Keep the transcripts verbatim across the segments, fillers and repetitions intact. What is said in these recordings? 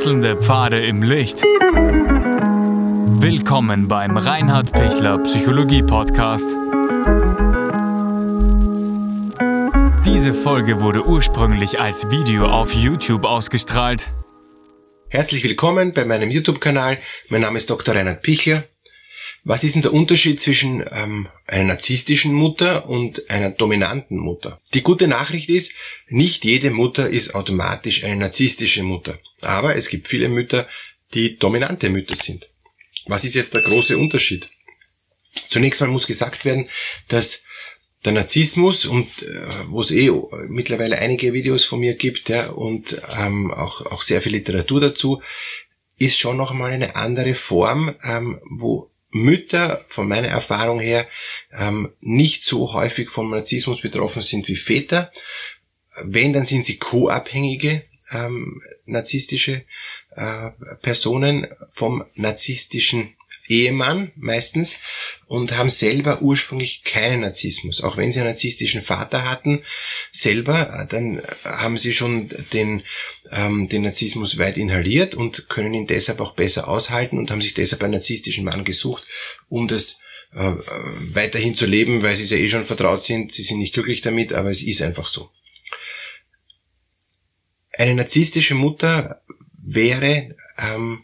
Wechselnde Pfade im Licht. Willkommen beim Reinhard Pichler Psychologie Podcast. Diese Folge wurde ursprünglich als Video auf YouTube ausgestrahlt. Herzlich willkommen bei meinem YouTube-Kanal. Mein Name ist Doktor Reinhard Pichler. Was ist denn der Unterschied zwischen ähm, einer narzisstischen Mutter und einer dominanten Mutter? Die gute Nachricht ist, nicht jede Mutter ist automatisch eine narzisstische Mutter. Aber es gibt viele Mütter, die dominante Mütter sind. Was ist jetzt der große Unterschied? Zunächst mal muss gesagt werden, dass der Narzissmus, und äh, wo es eh mittlerweile einige Videos von mir gibt, ja, und ähm, auch, auch sehr viel Literatur dazu, ist schon noch mal eine andere Form, ähm, wo Mütter von meiner Erfahrung her ähm, nicht so häufig vom Narzissmus betroffen sind wie Väter. Wenn, dann sind sie co-abhängige ähm, narzisstische äh, Personen vom narzisstischen Ehemann meistens und haben selber ursprünglich keinen Narzissmus. Auch wenn sie einen narzisstischen Vater hatten, selber, dann haben sie schon den, ähm, den Narzissmus weit inhaliert und können ihn deshalb auch besser aushalten und haben sich deshalb einen narzisstischen Mann gesucht, um das äh, weiterhin zu leben, weil sie ja eh schon vertraut sind. Sie sind nicht glücklich damit, aber es ist einfach so. Eine narzisstische Mutter wäre ähm,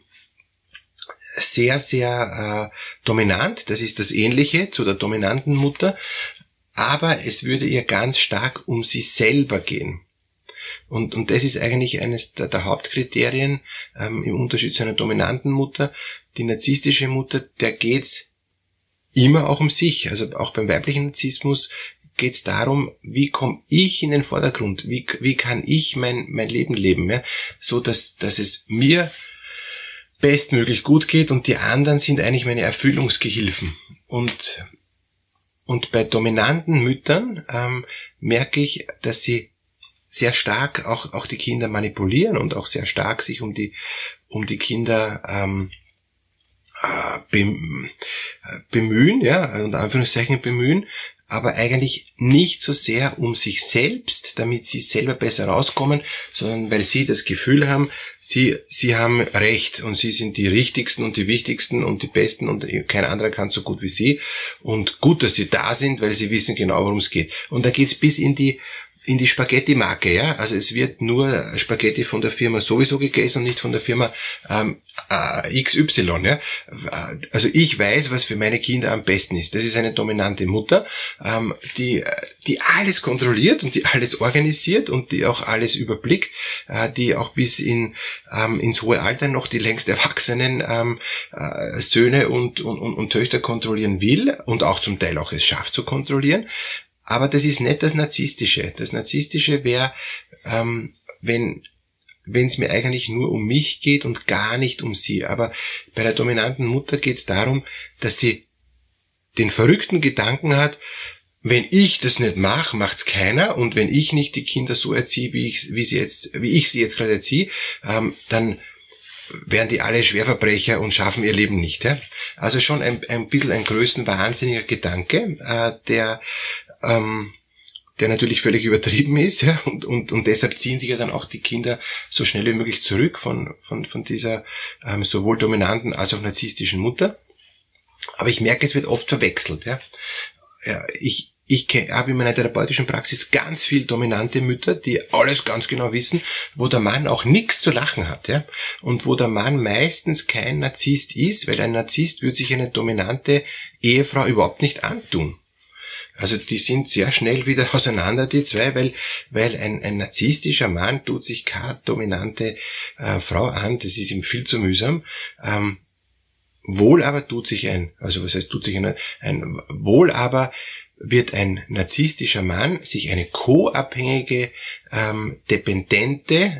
sehr, sehr äh, dominant, das ist das Ähnliche zu der dominanten Mutter, aber es würde ihr ganz stark um sie selber gehen. Und, und das ist eigentlich eines der, der Hauptkriterien ähm, im Unterschied zu einer dominanten Mutter. Die narzisstische Mutter, der geht's immer auch um sich. Also auch beim weiblichen Narzissmus geht's darum, wie komme ich in den Vordergrund, wie, wie kann ich mein, mein Leben leben, ja? So dass, dass es mir bestmöglich gut geht und die anderen sind eigentlich meine Erfüllungsgehilfen. Und, und bei dominanten Müttern ähm, merke ich, dass sie sehr stark auch, auch die Kinder manipulieren und auch sehr stark sich um die, um die Kinder ähm, äh, bemühen, ja, unter Anführungszeichen bemühen, aber eigentlich nicht so sehr um sich selbst, damit sie selber besser rauskommen, sondern weil sie das Gefühl haben, sie sie haben Recht und sie sind die Richtigsten und die Wichtigsten und die Besten und kein anderer kann so gut wie sie. Und gut, dass sie da sind, weil sie wissen genau, worum es geht. Und da geht's bis in die in die Spaghetti-Marke, ja. Also es wird nur Spaghetti von der Firma sowieso gegessen und nicht von der Firma ähm, äh, X Y, ja. Also ich weiß, was für meine Kinder am besten ist. Das ist eine dominante Mutter, ähm, die die alles kontrolliert und die alles organisiert und die auch alles überblickt, äh, die auch bis in ähm, ins hohe Alter noch die längst erwachsenen ähm, äh, Söhne und, und und und Töchter kontrollieren will und auch zum Teil auch es schafft zu kontrollieren. Aber das ist nicht das Narzisstische. Das Narzisstische wäre, ähm, wenn wenn es mir eigentlich nur um mich geht und gar nicht um sie. Aber bei der dominanten Mutter geht es darum, dass sie den verrückten Gedanken hat, wenn ich das nicht mache, macht's keiner. Und wenn ich nicht die Kinder so erziehe, wie ich, wie sie jetzt, wie ich sie jetzt gerade erziehe, ähm, dann werden die alle Schwerverbrecher und schaffen ihr Leben nicht. Ja? Also schon ein, ein bisschen ein größenwahnsinniger Gedanke, äh, der Ähm, der natürlich völlig übertrieben ist, ja, und, und, und deshalb ziehen sich ja dann auch die Kinder so schnell wie möglich zurück von, von, von dieser ähm, sowohl dominanten als auch narzisstischen Mutter. Aber ich merke, es wird oft verwechselt, ja. ja ich, ich habe in meiner therapeutischen Praxis ganz viel dominante Mütter, die alles ganz genau wissen, wo der Mann auch nichts zu lachen hat, ja, und wo der Mann meistens kein Narzisst ist, weil ein Narzisst würde sich eine dominante Ehefrau überhaupt nicht antun. Also die sind sehr schnell wieder auseinander, die zwei, weil weil ein, ein narzisstischer Mann tut sich keine dominante äh, Frau an, das ist ihm viel zu mühsam. Ähm, wohl aber tut sich ein, also was heißt tut sich ein, ein wohl aber wird ein narzisstischer Mann sich eine co-abhängige, ähm, dependente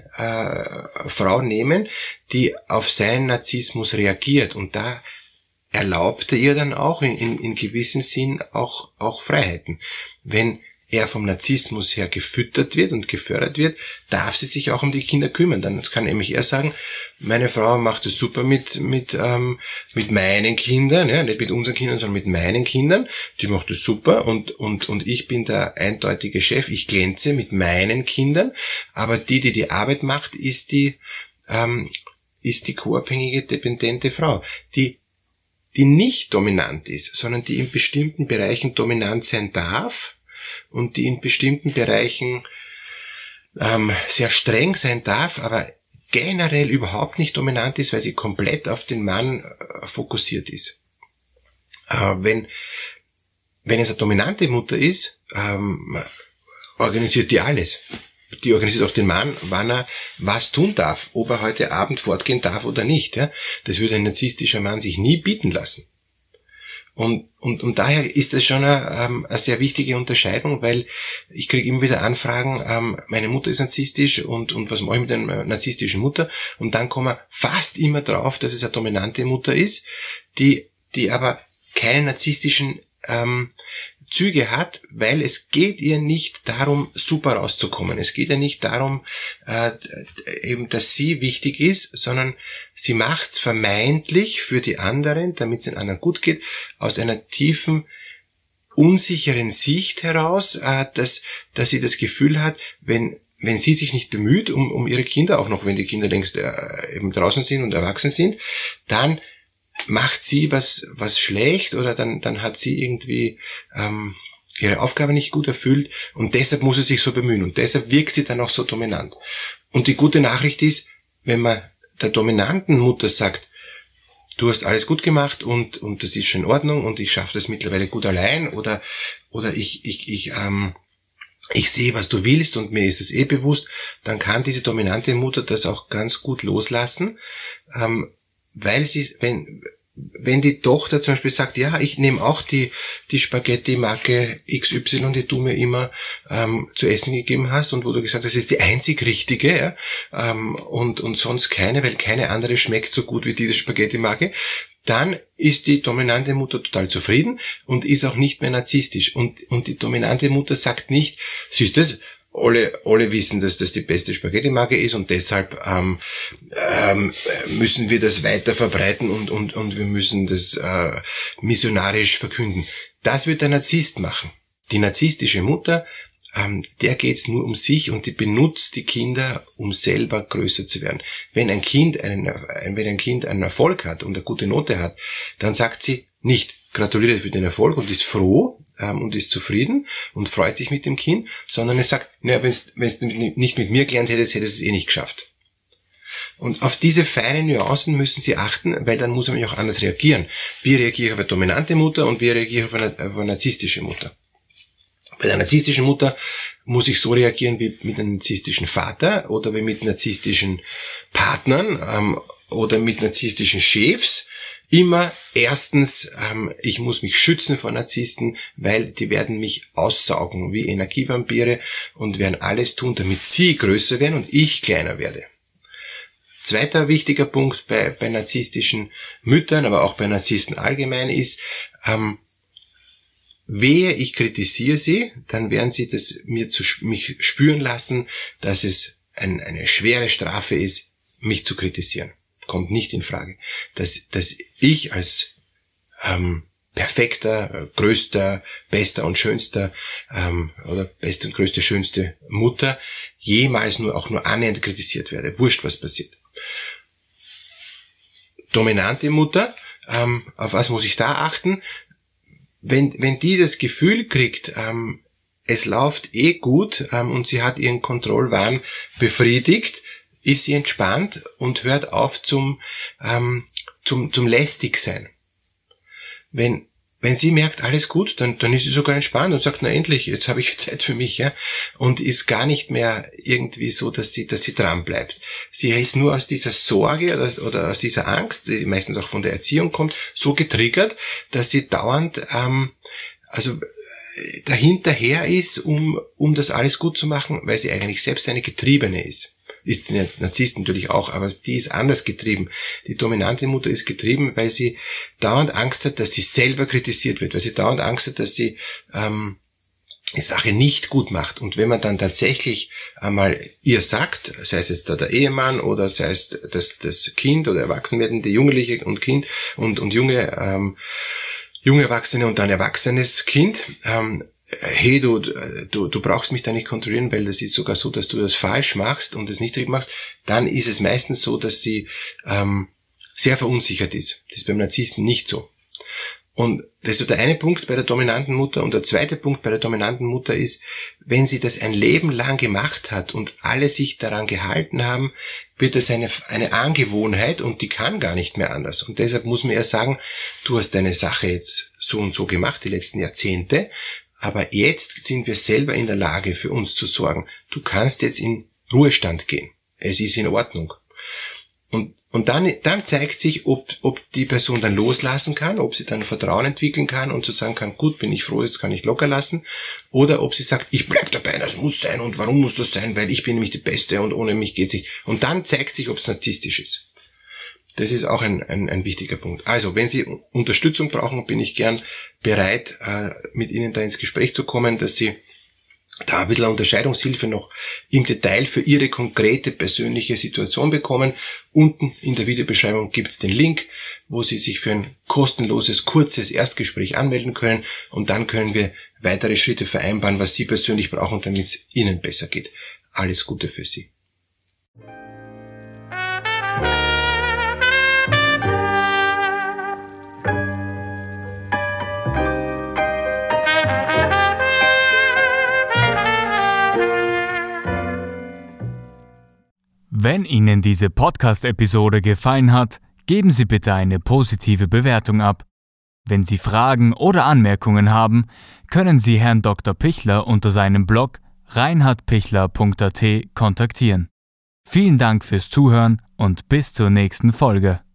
äh, Frau nehmen, die auf seinen Narzissmus reagiert und da erlaubt er ihr dann auch in, in, in gewissem Sinn auch, auch Freiheiten. Wenn er vom Narzissmus her gefüttert wird und gefördert wird, darf sie sich auch um die Kinder kümmern. Dann kann nämlich er sagen, meine Frau macht es super mit mit ähm, mit meinen Kindern, ja, nicht mit unseren Kindern, sondern mit meinen Kindern. Die macht es super und und und ich bin der eindeutige Chef. Ich glänze mit meinen Kindern, aber die, die die Arbeit macht, ist die ähm, ist die co-abhängige, dependente Frau, die die nicht dominant ist, sondern die in bestimmten Bereichen dominant sein darf und die in bestimmten Bereichen ähm, sehr streng sein darf, aber generell überhaupt nicht dominant ist, weil sie komplett auf den Mann äh, fokussiert ist. Äh, wenn, wenn es eine dominante Mutter ist, ähm, organisiert die alles. Die organisiert auch den Mann, wann er was tun darf, ob er heute Abend fortgehen darf oder nicht. Ja? Das würde ein narzisstischer Mann sich nie bieten lassen. Und, und, und daher ist das schon eine, ähm, eine sehr wichtige Unterscheidung, weil ich kriege immer wieder Anfragen, ähm, meine Mutter ist narzisstisch und, und was mache ich mit einer narzisstischen Mutter? Und dann kommen wir fast immer drauf, dass es eine dominante Mutter ist, die, die aber keine narzisstischen ähm, Züge hat, weil es geht ihr nicht darum, super rauszukommen. Es geht ihr nicht darum, äh, eben, dass sie wichtig ist, sondern sie macht's vermeintlich für die anderen, damit es den anderen gut geht, aus einer tiefen, unsicheren Sicht heraus, äh, dass, dass sie das Gefühl hat, wenn wenn sie sich nicht bemüht um, um ihre Kinder, auch noch wenn die Kinder längst äh, eben draußen sind und erwachsen sind, dann macht sie was was schlecht oder dann dann hat sie irgendwie ähm, ihre Aufgabe nicht gut erfüllt und deshalb muss sie sich so bemühen und deshalb wirkt sie dann auch so dominant. Und die gute Nachricht ist, wenn man der dominanten Mutter sagt, du hast alles gut gemacht und und das ist schon in Ordnung und ich schaffe das mittlerweile gut allein oder oder ich ich ich ähm, ich sehe, was du willst und mir ist das eh bewusst, dann kann diese dominante Mutter das auch ganz gut loslassen, ähm, weil sie, wenn, wenn die Tochter zum Beispiel sagt, ja, ich nehme auch die, die Spaghetti-Marke X Y, die du mir immer ähm, zu essen gegeben hast und wo du gesagt hast, das ist die einzig richtige, ja, ähm, und, und sonst keine, weil keine andere schmeckt so gut wie diese Spaghetti-Marke, dann ist die dominante Mutter total zufrieden und ist auch nicht mehr narzisstisch. Und, und die dominante Mutter sagt nicht, siehst du das, alle, alle wissen, dass das die beste Spaghetti-Marke ist und deshalb ähm, ähm, müssen wir das weiter verbreiten und, und, und wir müssen das äh, missionarisch verkünden. Das wird der Narzisst machen. Die narzisstische Mutter, ähm, der geht's nur um sich und die benutzt die Kinder, um selber größer zu werden. Wenn ein Kind einen, wenn ein Kind einen Erfolg hat und eine gute Note hat, dann sagt sie nicht, gratuliere für den Erfolg und ist froh, und ist zufrieden und freut sich mit dem Kind, sondern es sagt, naja, wenn du nicht mit mir gelernt hättest, hättest du es eh nicht geschafft. Und auf diese feinen Nuancen müssen Sie achten, weil dann muss man auch anders reagieren. Wie reagiere ich auf eine dominante Mutter und wie reagiere ich auf eine, auf eine narzisstische Mutter? Bei der narzisstischen Mutter muss ich so reagieren wie mit einem narzisstischen Vater oder wie mit narzisstischen Partnern ähm, oder mit narzisstischen Chefs. Immer erstens, ähm, ich muss mich schützen vor Narzissten, weil die werden mich aussaugen wie Energievampire und werden alles tun, damit sie größer werden und ich kleiner werde. Zweiter wichtiger Punkt bei, bei narzisstischen Müttern, aber auch bei Narzissten allgemein ist, ähm, wehe ich kritisiere sie, dann werden sie das mir zu mich spüren lassen, dass es ein, eine schwere Strafe ist, mich zu kritisieren. Kommt nicht in Frage. Dass, dass ich als ähm, perfekter, größter, bester und schönster ähm, oder beste und größte, schönste Mutter jemals nur auch nur annähernd kritisiert werde. Wurscht, was passiert. Dominante Mutter, ähm, auf was muss ich da achten? Wenn, wenn die das Gefühl kriegt, ähm, es läuft eh gut ähm, und sie hat ihren Kontrollwahn befriedigt, ist sie entspannt und hört auf zum ähm, zum zum lästig sein. Wenn wenn sie merkt, alles gut, dann dann ist sie sogar entspannt und sagt, na endlich, jetzt habe ich Zeit für mich, ja, und ist gar nicht mehr irgendwie so, dass sie dass sie dran bleibt. Sie ist nur aus dieser Sorge oder, oder aus dieser Angst, die meistens auch von der Erziehung kommt, so getriggert, dass sie dauernd ähm, also dahinterher ist, um um das alles gut zu machen, weil sie eigentlich selbst eine Getriebene ist. Ist die Narzisst natürlich auch, aber die ist anders getrieben. Die dominante Mutter ist getrieben, weil sie dauernd Angst hat, dass sie selber kritisiert wird, weil sie dauernd Angst hat, dass sie ähm, die Sache nicht gut macht. Und wenn man dann tatsächlich einmal ihr sagt, sei es jetzt da der Ehemann oder sei es das, das Kind oder Erwachsenwerdende Jugendliche und Kind und, und junge, ähm, junge Erwachsene und dann erwachsenes Kind, ähm, hey, du, du, du brauchst mich da nicht kontrollieren, weil das ist sogar so, dass du das falsch machst und das nicht richtig machst, dann ist es meistens so, dass sie ähm, sehr verunsichert ist. Das ist beim Narzissten nicht so. Und das ist so der eine Punkt bei der dominanten Mutter. Und der zweite Punkt bei der dominanten Mutter ist, wenn sie das ein Leben lang gemacht hat und alle sich daran gehalten haben, wird das eine, eine Angewohnheit und die kann gar nicht mehr anders. Und deshalb muss man ja sagen, du hast deine Sache jetzt so und so gemacht, die letzten Jahrzehnte, aber jetzt sind wir selber in der Lage, für uns zu sorgen. Du kannst jetzt in Ruhestand gehen. Es ist in Ordnung. Und Und dann, dann zeigt sich, ob, ob die Person dann loslassen kann, ob sie dann Vertrauen entwickeln kann und zu sagen kann, gut, bin ich froh, jetzt kann ich locker lassen. Oder ob sie sagt, ich bleib dabei, das muss sein. Und warum muss das sein? Weil ich bin nämlich die Beste und ohne mich geht's nicht. Und dann zeigt sich, ob es narzisstisch ist. Das ist auch ein, ein, ein wichtiger Punkt. Also, wenn Sie Unterstützung brauchen, bin ich gern bereit, äh, mit Ihnen da ins Gespräch zu kommen, dass Sie da ein bisschen Unterscheidungshilfe noch im Detail für Ihre konkrete persönliche Situation bekommen. Unten in der Videobeschreibung gibt es den Link, wo Sie sich für ein kostenloses, kurzes Erstgespräch anmelden können und dann können wir weitere Schritte vereinbaren, was Sie persönlich brauchen, damit es Ihnen besser geht. Alles Gute für Sie. Wenn Ihnen diese Podcast-Episode gefallen hat, geben Sie bitte eine positive Bewertung ab. Wenn Sie Fragen oder Anmerkungen haben, können Sie Herrn Doktor Pichler unter seinem Blog reinhard pichler punkt a t kontaktieren. Vielen Dank fürs Zuhören und bis zur nächsten Folge.